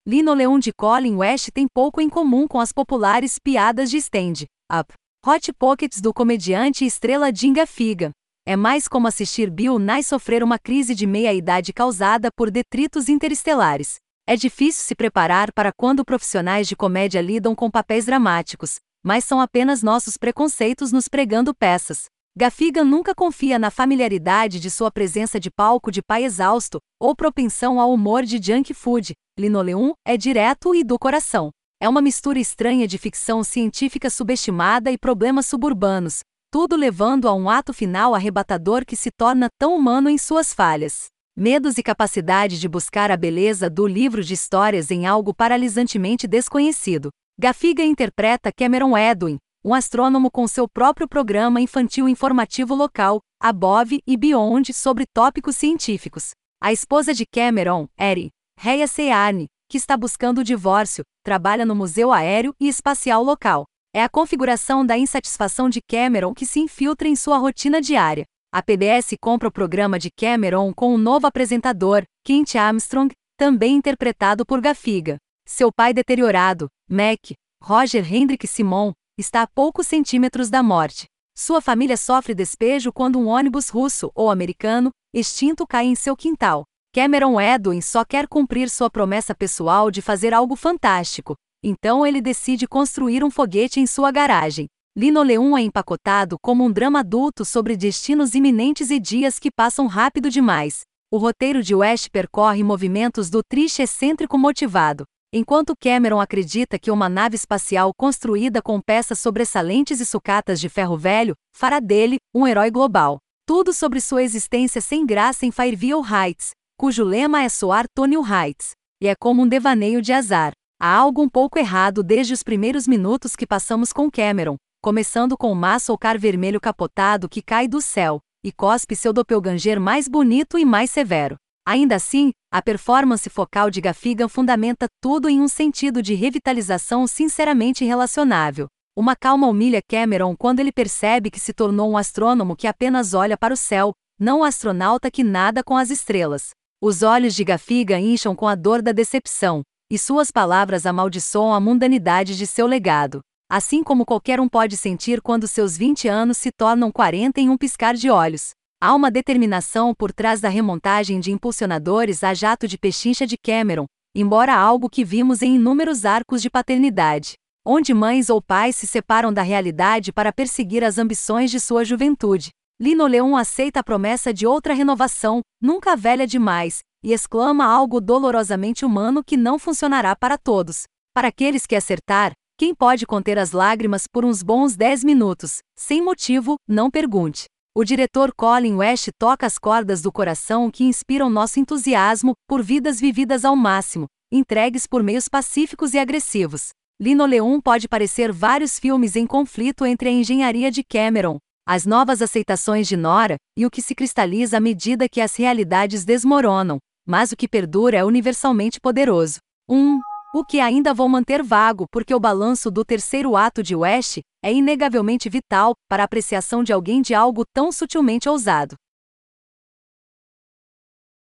Linoleum de Colin West tem pouco em comum com as populares piadas de stand-up Hot Pockets do comediante e estrela Jim Gaffigan. É mais como assistir Bill Nye sofrer uma crise de meia-idade causada por detritos interestelares. É difícil se preparar para quando profissionais de comédia lidam com papéis dramáticos, mas são apenas nossos preconceitos nos pregando peças. Gaffigan nunca confia na familiaridade de sua presença de palco de pai exausto, ou propensão ao humor de junk food. Linoleum é direto e do coração. É uma mistura estranha de ficção científica subestimada e problemas suburbanos, tudo levando a um ato final arrebatador que se torna tão humano em suas falhas, medos e capacidade de buscar a beleza do livro de histórias em algo paralisantemente desconhecido. Gaffigan interpreta Cameron Edwin, um astrônomo com seu próprio programa infantil informativo local, Above e Beyond, sobre tópicos científicos. A esposa de Cameron, Eri, Rhea Searney, que está buscando o divórcio, trabalha no Museu Aéreo e Espacial local. É a configuração da insatisfação de Cameron que se infiltra em sua rotina diária. A PBS compra o programa de Cameron com um novo apresentador, Kent Armstrong, também interpretado por Gaffigan. Seu pai deteriorado, Mac, Roger Hendrick Simon, está a poucos centímetros da morte. Sua família sofre despejo quando um ônibus russo ou americano, extinto, cai em seu quintal. Cameron Edwin só quer cumprir sua promessa pessoal de fazer algo fantástico, então ele decide construir um foguete em sua garagem. Linoleum é empacotado como um drama adulto sobre destinos iminentes e dias que passam rápido demais. O roteiro de West percorre movimentos do triste excêntrico motivado. Enquanto Cameron acredita que uma nave espacial construída com peças sobressalentes e sucatas de ferro velho fará dele um herói global. Tudo sobre sua existência sem graça em Fairview Heights, cujo lema é soar Tony Heights, e é como um devaneio de azar. Há algo um pouco errado desde os primeiros minutos que passamos com Cameron, começando com o muscle car vermelho capotado que cai do céu e cospe seu doppelganger mais bonito e mais severo. Ainda assim, a performance focal de Gaffigan fundamenta tudo em um sentido de revitalização sinceramente relacionável. Uma calma humilha Cameron quando ele percebe que se tornou um astrônomo que apenas olha para o céu, não um astronauta que nada com as estrelas. Os olhos de Gaffigan incham com a dor da decepção, e suas palavras amaldiçoam a mundanidade de seu legado. Assim como qualquer um pode sentir quando seus 20 anos se tornam 40 em um piscar de olhos. Há uma determinação por trás da remontagem de impulsionadores a jato de pechincha de Cameron, embora algo que vimos em inúmeros arcos de paternidade, onde mães ou pais se separam da realidade para perseguir as ambições de sua juventude. Linoleum aceita a promessa de outra renovação, nunca velha demais, e exclama algo dolorosamente humano que não funcionará para todos. Para aqueles que acertar, quem pode conter as lágrimas por uns bons 10 minutos, sem motivo, não pergunte. O diretor Colin West toca as cordas do coração que inspiram nosso entusiasmo por vidas vividas ao máximo, entregues por meios pacíficos e agressivos. Linoleum pode parecer vários filmes em conflito entre a engenharia de Cameron, as novas aceitações de Nora e o que se cristaliza à medida que as realidades desmoronam, mas o que perdura é universalmente poderoso. O que ainda vou manter vago porque o balanço do terceiro ato de West é inegavelmente vital para a apreciação de alguém de algo tão sutilmente ousado.